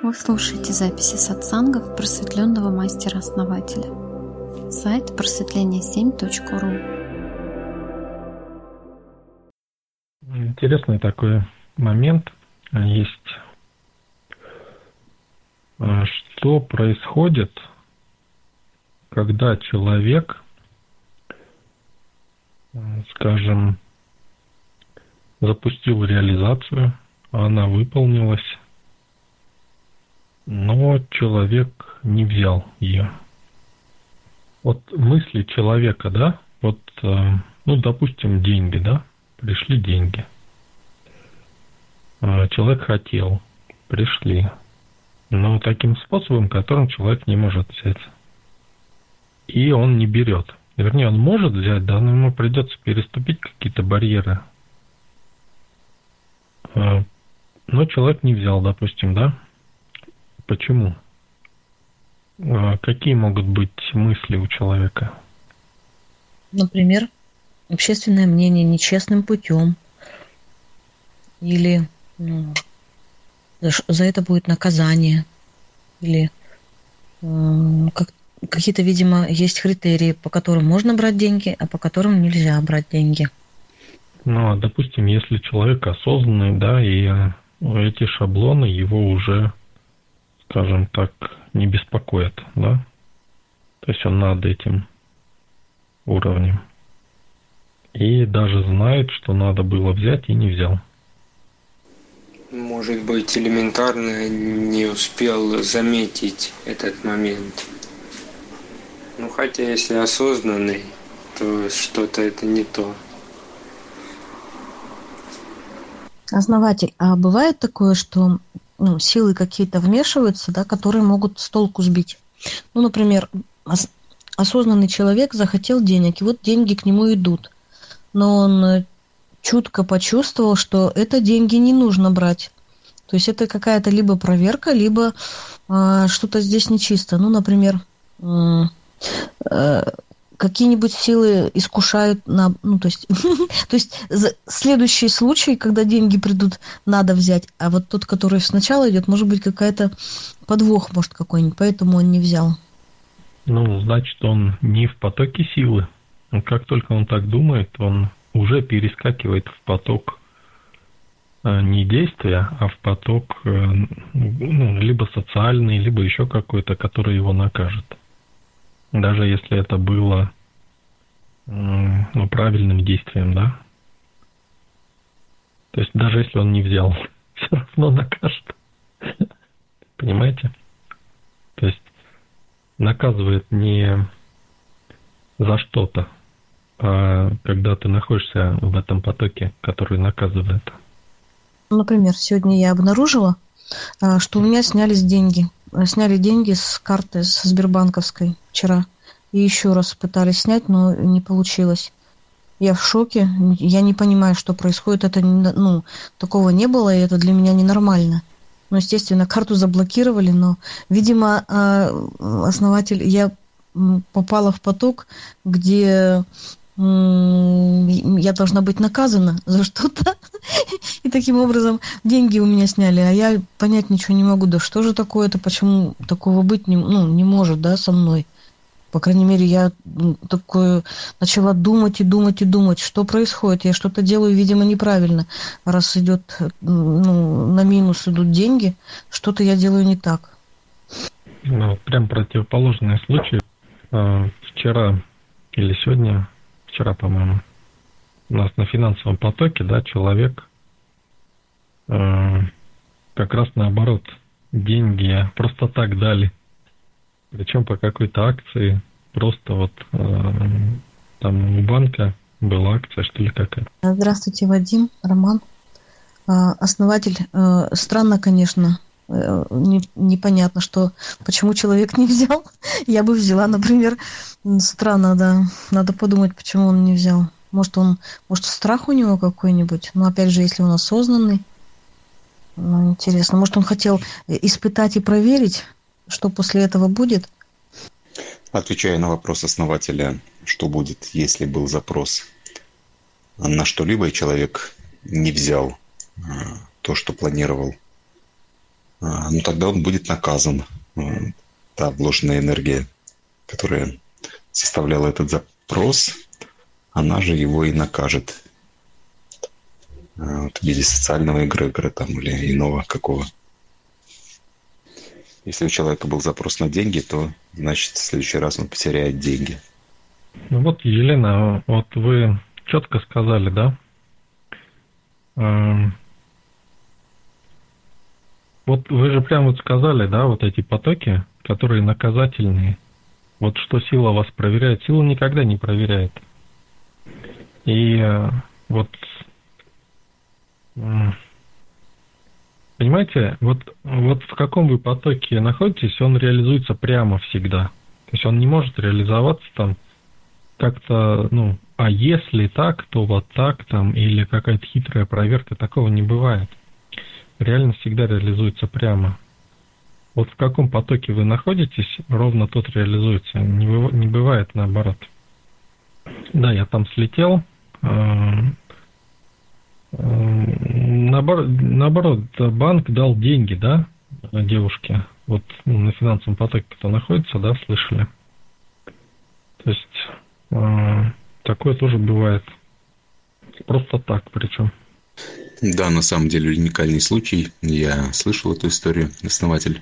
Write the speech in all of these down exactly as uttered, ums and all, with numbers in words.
Вы слушаете записи сатсангов просветленного мастера-основателя. Сайт просветление семь точка ру. Интересный такой момент есть. Что происходит, когда человек, скажем, запустил реализацию, она выполнилась, но человек не взял ее. Вот мысли человека, да, вот, ну, допустим, деньги, да, пришли деньги. Человек хотел, пришли, но таким способом, которым человек не может взять. И он не берет. Вернее, он может взять, да, но ему придется переступить какие-то барьеры. Но человек не взял, допустим, да? Почему? Какие могут быть мысли у человека? Например, общественное мнение нечестным путем. Или ну, за это будет наказание. Или э, как, какие-то, видимо, есть критерии, по которым можно брать деньги, а по которым нельзя брать деньги. Ну, а допустим, если человек осознанный, да, и эти шаблоны его уже, скажем так, не беспокоят, да? То есть он над этим уровнем. И даже знает, что надо было взять, и не взял. Может быть, элементарно не успел заметить этот момент. Ну, хотя, если осознанный, то что-то это не то. Основатель, а бывает такое, что ну, силы какие-то вмешиваются, да, которые могут с толку сбить? Ну, например, ос- осознанный человек захотел денег, и вот деньги к нему идут. Но он чутко почувствовал, что это деньги не нужно брать. То есть это какая-то либо проверка, либо э, что-то здесь нечисто. Ну, например, э, э, какие-нибудь силы искушают на... Ну, то есть, то есть следующий случай, когда деньги придут, надо взять. А вот тот, который сначала идет, может быть, какая-то подвох, может, какой-нибудь. Поэтому он не взял. Ну, значит, он не в потоке силы. Как только он так думает, он уже перескакивает в поток не действия, а в поток ну, либо социальный, либо еще какой-то, который его накажет. Даже если это было ну, правильным действием, да? То есть даже если он не взял, все равно накажет. Понимаете? То есть наказывает не за что-то, а когда ты находишься в этом потоке, который наказывает. Например, сегодня я обнаружила, что у меня снялись деньги. Сняли деньги с карты, с сбербанковской вчера. И еще раз пытались снять, но не получилось. Я в шоке. Я не понимаю, что происходит. Это, ну, такого не было, и это для меня ненормально. Ну, естественно, карту заблокировали, но, видимо, основатель, я попала в поток, где я должна быть наказана за что-то. И таким образом деньги у меня сняли, а я понять ничего не могу. Да что же такое-то, почему такого быть не, ну, не может, да, со мной? По крайней мере, я такое начала думать и думать и думать, что происходит. Я что-то делаю, видимо, неправильно. Раз идет, ну, на минус идут деньги, что-то я делаю не так. Ну, прям противоположный случай. Вчера или сегодня, вчера, по-моему, у нас на финансовом потоке, да, человек э, как раз наоборот, деньги просто так дали. Причем по какой-то акции, просто вот э, там у банка была акция, что ли, какая-то. Здравствуйте, Вадим, Роман. Основатель, странно, конечно, непонятно, что почему человек не взял. Я бы взяла, например, с утра надо, надо подумать, почему он не взял. Может, он, может, страх у него какой-нибудь? Но опять же, если он осознанный, ну, интересно. Может, он хотел испытать и проверить, что после этого будет? Отвечая на вопрос основателя, что будет, если был запрос на что-либо, и человек не взял то, что планировал ну тогда он будет наказан. Та вложенная энергия, которая составляла этот запрос, она же его и накажет вот, в виде социального эгрегора там, или иного какого. Если у человека был запрос на деньги, то, значит, в следующий раз он потеряет деньги. Ну вот, Елена, вот вы четко сказали, да? Эм, вот вы же прямо вот сказали, да, вот эти потоки, которые наказательные. Вот что сила вас проверяет. Сила никогда не проверяет. И э, вот... Э, Понимаете, вот, вот в каком вы потоке находитесь, он реализуется прямо всегда. То есть он не может реализоваться там как-то, ну, а если так, то вот так там, или какая-то хитрая проверка, такого не бывает. Реально всегда реализуется прямо. Вот в каком потоке вы находитесь, ровно тот реализуется. Не, не бывает наоборот. Да, я там слетел. Наоборот, наоборот, банк дал деньги, да, девушке. Вот ну, на финансовом потоке кто находится, да, слышали. То есть э, такое тоже бывает. Просто так причем. Да, на самом деле уникальный случай. Я слышал эту историю, основатель.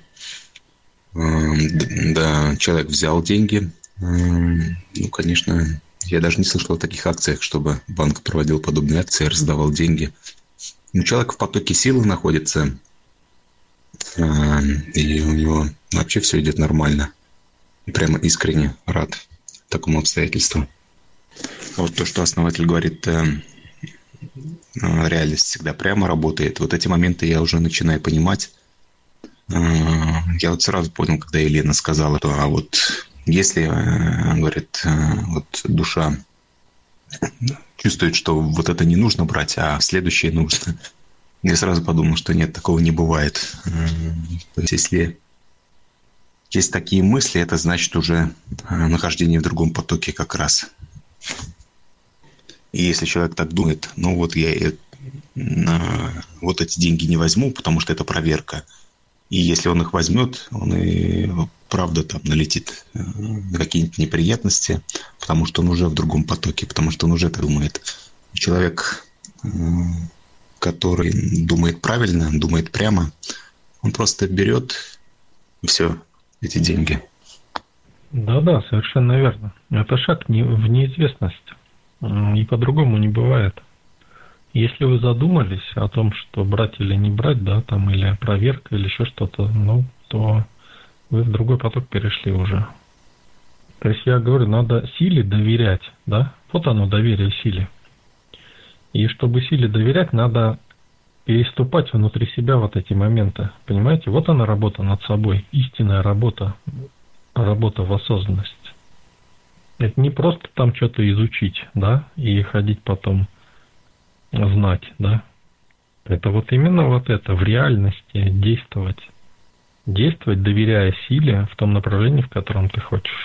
Э, да, человек взял деньги. Э, ну, конечно, я даже не слышал о таких акциях, чтобы банк проводил подобные акции, раздавал деньги. Но человек в потоке силы находится, и у него вообще все идет нормально. И прямо искренне рад такому обстоятельству. Вот то, что основатель говорит, реальность всегда прямо работает. Вот эти моменты я уже начинаю понимать. Я вот сразу понял, когда Елена сказала, что а вот если, говорит, вот душа чувствует, что вот это не нужно брать, а следующее нужно. Я сразу подумал, что нет, такого не бывает. То есть, если есть такие мысли, это значит уже нахождение в другом потоке как раз. И если человек так думает, ну вот я вот эти деньги не возьму, потому что это проверка. И если он их возьмет, он и правда там налетит на какие-нибудь неприятности, потому что он уже в другом потоке, потому что он уже так думает. Человек, который думает правильно, думает прямо, он просто берет и все, эти деньги. Да-да, совершенно верно. Это шаг в неизвестность. И по-другому не бывает. Если вы задумались о том, что брать или не брать, да, там, или проверка, или еще что-то, ну, то вы в другой поток перешли уже. То есть я говорю, надо силе доверять, да? Вот оно, доверие силе. И чтобы силе доверять, надо переступать внутри себя вот эти моменты. Понимаете? Вот она работа над собой, истинная работа, работа в осознанность. Это не просто там что-то изучить, да, и ходить потом знать, да. Это вот именно вот это, в реальности действовать. Действовать, доверяя силе в том направлении, в котором ты хочешь.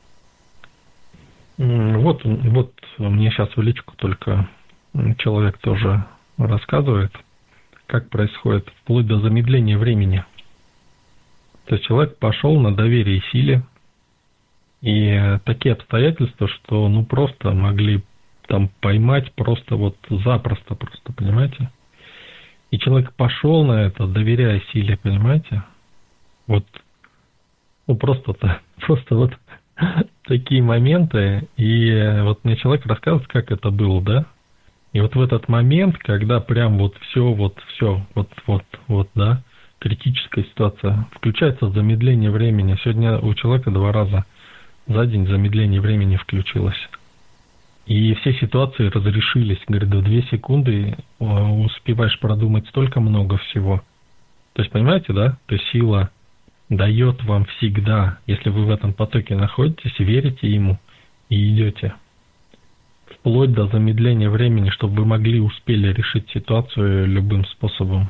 Вот, вот мне сейчас в личку только человек тоже рассказывает, как происходит вплоть до замедления времени. То есть человек пошел на доверие силе, и такие обстоятельства, что ну просто могли там поймать просто вот запросто, просто, понимаете? И человек пошел на это, доверяя силе, понимаете? Вот, ну просто-то, просто вот такие моменты, и вот мне человек рассказывает, как это было, да? И вот в этот момент, когда прям вот все, вот все, вот, вот, вот, да, критическая ситуация, включается замедление времени. Сегодня у человека два раза за день замедление времени включилось. И все ситуации разрешились. Говорит, в две секунды успеваешь продумать столько много всего. То есть, понимаете, да? То есть сила дает вам всегда, если вы в этом потоке находитесь, верите ему и идете. Вплоть до замедления времени, чтобы вы могли, успели решить ситуацию любым способом.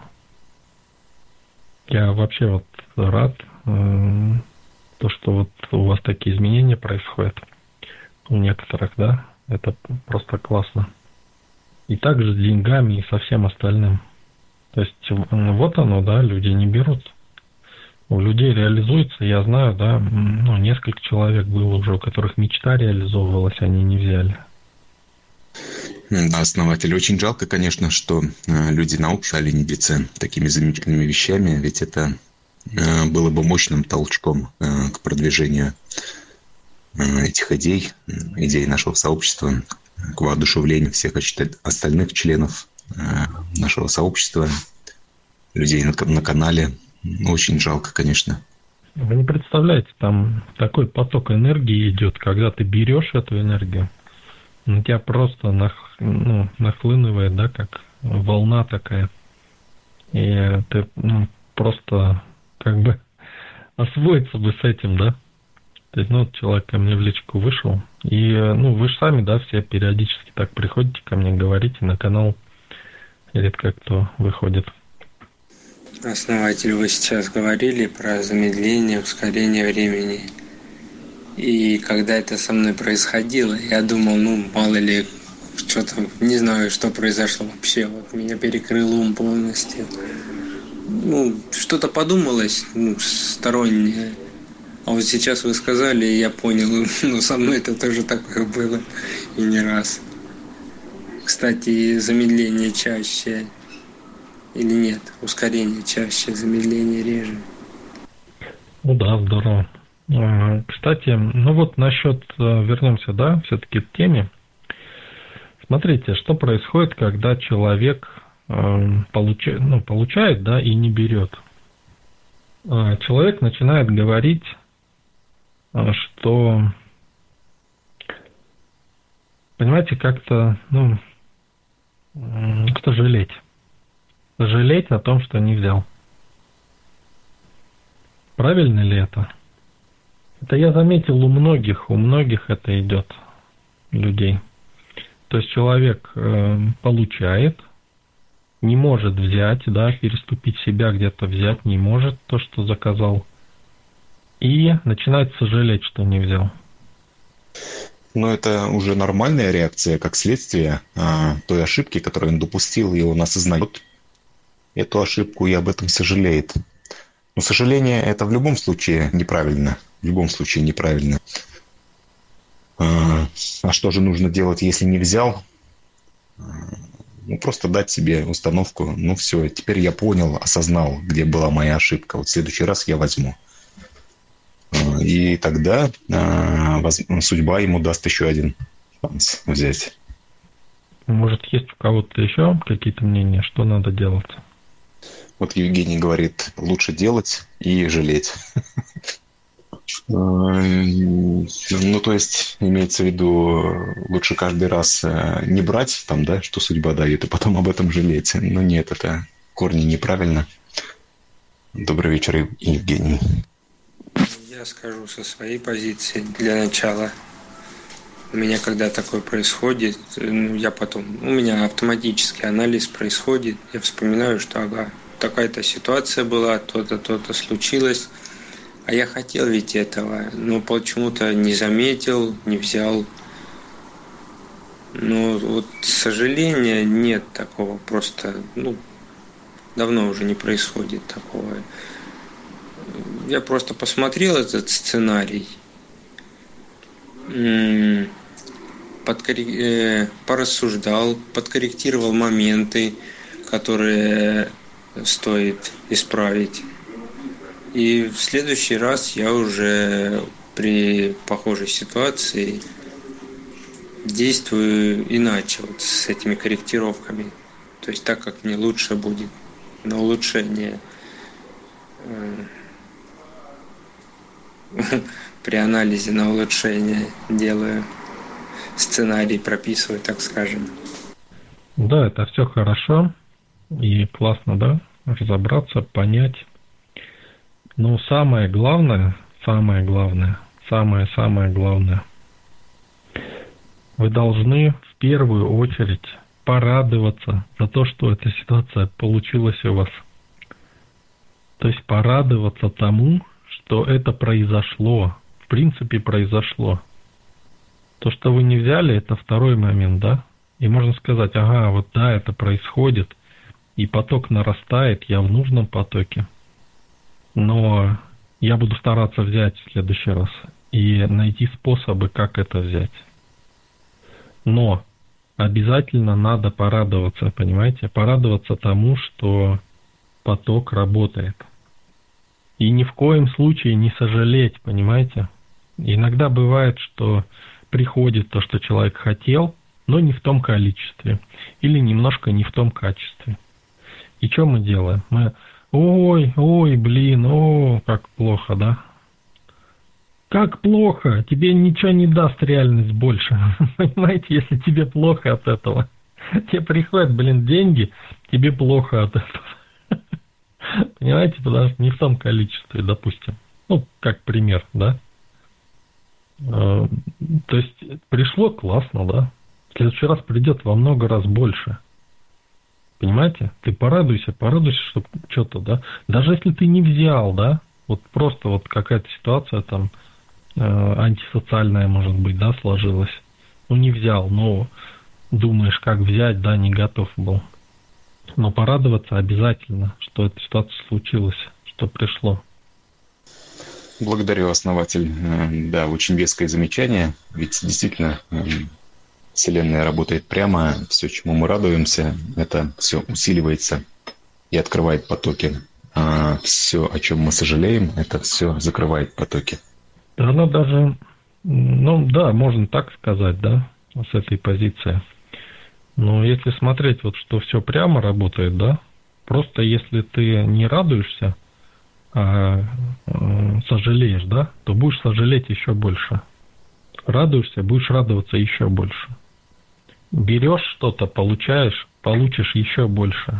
Я вообще вот рад, э, то, что вот у вас такие изменения происходят. У некоторых, да? Это просто классно. И также с деньгами и со всем остальным. То есть вот оно, да, люди не берут у людей реализуется, я знаю, да, ну, несколько человек было уже, у которых мечта реализовывалась, они не взяли. Да, основатель. Очень жалко, конечно, что э, люди научали делиться такими замечательными вещами, ведь это э, было бы мощным толчком э, к продвижению э, этих идей, идей нашего сообщества, к воодушевлению всех остальных членов э, нашего сообщества, людей на, на канале. Очень жалко, конечно. Вы не представляете, там такой поток энергии идет, когда ты берешь эту энергию, на тебя просто нах, ну, нахлынывает, да, как волна такая. И ты ну, просто как бы освоиться бы с этим, да. То есть, ну, вот человек ко мне в личку вышел, и, ну, вы же сами, да, все периодически так приходите ко мне, говорите, на канал редко кто выходит. Основатель, вы сейчас говорили про замедление, ускорение времени. И когда это со мной происходило, я думал, ну, мало ли, что-то, не знаю, что произошло вообще. Вот меня перекрыл ум полностью. Ну, что-то подумалось, ну, стороннее. А вот сейчас вы сказали, и я понял, ну, со мной это тоже такое было, и не раз. Кстати, замедление чаще или нет? Ускорение чаще, замедление реже. Ну да, здорово. Кстати, ну вот насчет, вернемся, да, все-таки к теме. Смотрите, что происходит, когда человек получает, ну, получает, да, и не берет. Человек начинает говорить, что, понимаете, как-то, ну, как-то жалеть. Жалеть о том, что не взял. Правильно ли это? Это я заметил у многих, у многих это идет людей. То есть человек э, получает, не может взять, да, переступить себя где-то взять не может то, что заказал, и начинает сожалеть, что не взял. Но это уже нормальная реакция, как следствие а, той ошибки, которую он допустил, и он осознает эту ошибку и об этом сожалеет. Но сожаление – это в любом случае неправильно. В любом случае неправильно. А, а что же нужно делать, если не взял? Ну, просто дать себе установку. Ну, все, теперь я понял, осознал, где была моя ошибка. Вот в следующий раз я возьму. И тогда а, воз... судьба ему даст еще один шанс взять. Может, есть у кого-то еще какие-то мнения, что надо делать? Вот Евгений говорит, лучше делать и жалеть. Ну, то есть, имеется в виду, лучше каждый раз не брать, там, да, что судьба дает, и потом об этом жалеть. Но нет, это корни неправильно. Добрый вечер, Евгений. Я скажу со своей позиции для начала. У меня, когда такое происходит, ну, я потом, у меня автоматический анализ происходит, я вспоминаю, что ага, такая-то ситуация была, то-то, то-то случилось, а я хотел ведь этого, но почему-то не заметил, не взял. Ну, вот сожаления нет такого, просто, ну, давно уже не происходит такого. Я просто посмотрел этот сценарий, подкорри... порассуждал, подкорректировал моменты, которые стоит исправить. И в следующий раз я уже при похожей ситуации действую иначе, вот с этими корректировками. То есть так, как мне лучше будет, на улучшение. При анализе на улучшение делаю, сценарий прописываю, так скажем. Да, это все хорошо и классно, да, разобраться, понять. Но самое главное, самое главное, самое-самое главное, вы должны в первую очередь порадоваться за то, что эта ситуация получилась у вас. То есть порадоваться тому, что это произошло, в принципе произошло. То, что вы не взяли, это второй момент, да? И можно сказать, ага, вот да, это происходит, и поток нарастает, я в нужном потоке. Но я буду стараться взять в следующий раз и найти способы, как это взять. Но обязательно надо порадоваться, понимаете? Порадоваться тому, что поток работает. И ни в коем случае не сожалеть, понимаете? Иногда бывает, что приходит то, что человек хотел, но не в том количестве. Или немножко не в том качестве. И что мы делаем? Мы, ой, ой, блин, о, как плохо, да? Как плохо? Тебе ничего не даст реальность больше. Понимаете, если тебе плохо от этого. Тебе приходят, блин, деньги, тебе плохо от этого. Понимаете, потому что не в том количестве, допустим. Ну, как пример, да? То есть пришло классно, да? В следующий раз придет во много раз больше. Понимаете? Ты порадуйся, порадуйся, что что-то, да? Даже если ты не взял, да? Вот просто вот какая-то ситуация там э, антисоциальная, может быть, да, сложилась. Ну, не взял, но думаешь, как взять, да, не готов был. Но порадоваться обязательно, что эта ситуация случилась, что пришло. Благодарю, основатель. Да, очень веское замечание. Ведь действительно Вселенная работает прямо. Все, чему мы радуемся, это все усиливается и открывает потоки. А все, о чем мы сожалеем, это все закрывает потоки. Она даже, ну да, можно так сказать, да, с этой позиции. Но если смотреть, вот что все прямо работает, да, просто если ты не радуешься, а э, сожалеешь, да, то будешь сожалеть еще больше. Радуешься, будешь радоваться еще больше. Берешь что-то, получаешь, получишь еще больше.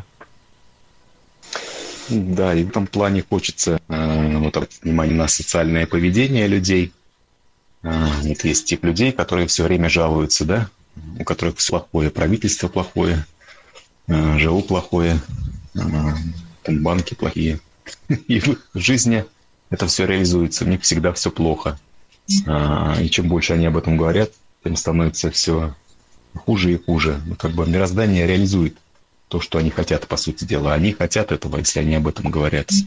Да, и в этом плане хочется э, вот, обратить внимание на социальное поведение людей. Э, вот есть тип людей, которые все время жалуются, да, у которых все плохое, правительство плохое, э, ЖО плохое, э, там банки плохие. И в жизни это все реализуется, у них всегда все плохо. А, и чем больше они об этом говорят, тем становится все хуже и хуже. Ну, как бы мироздание реализует то, что они хотят, по сути дела. Они хотят этого, если они об этом говорят.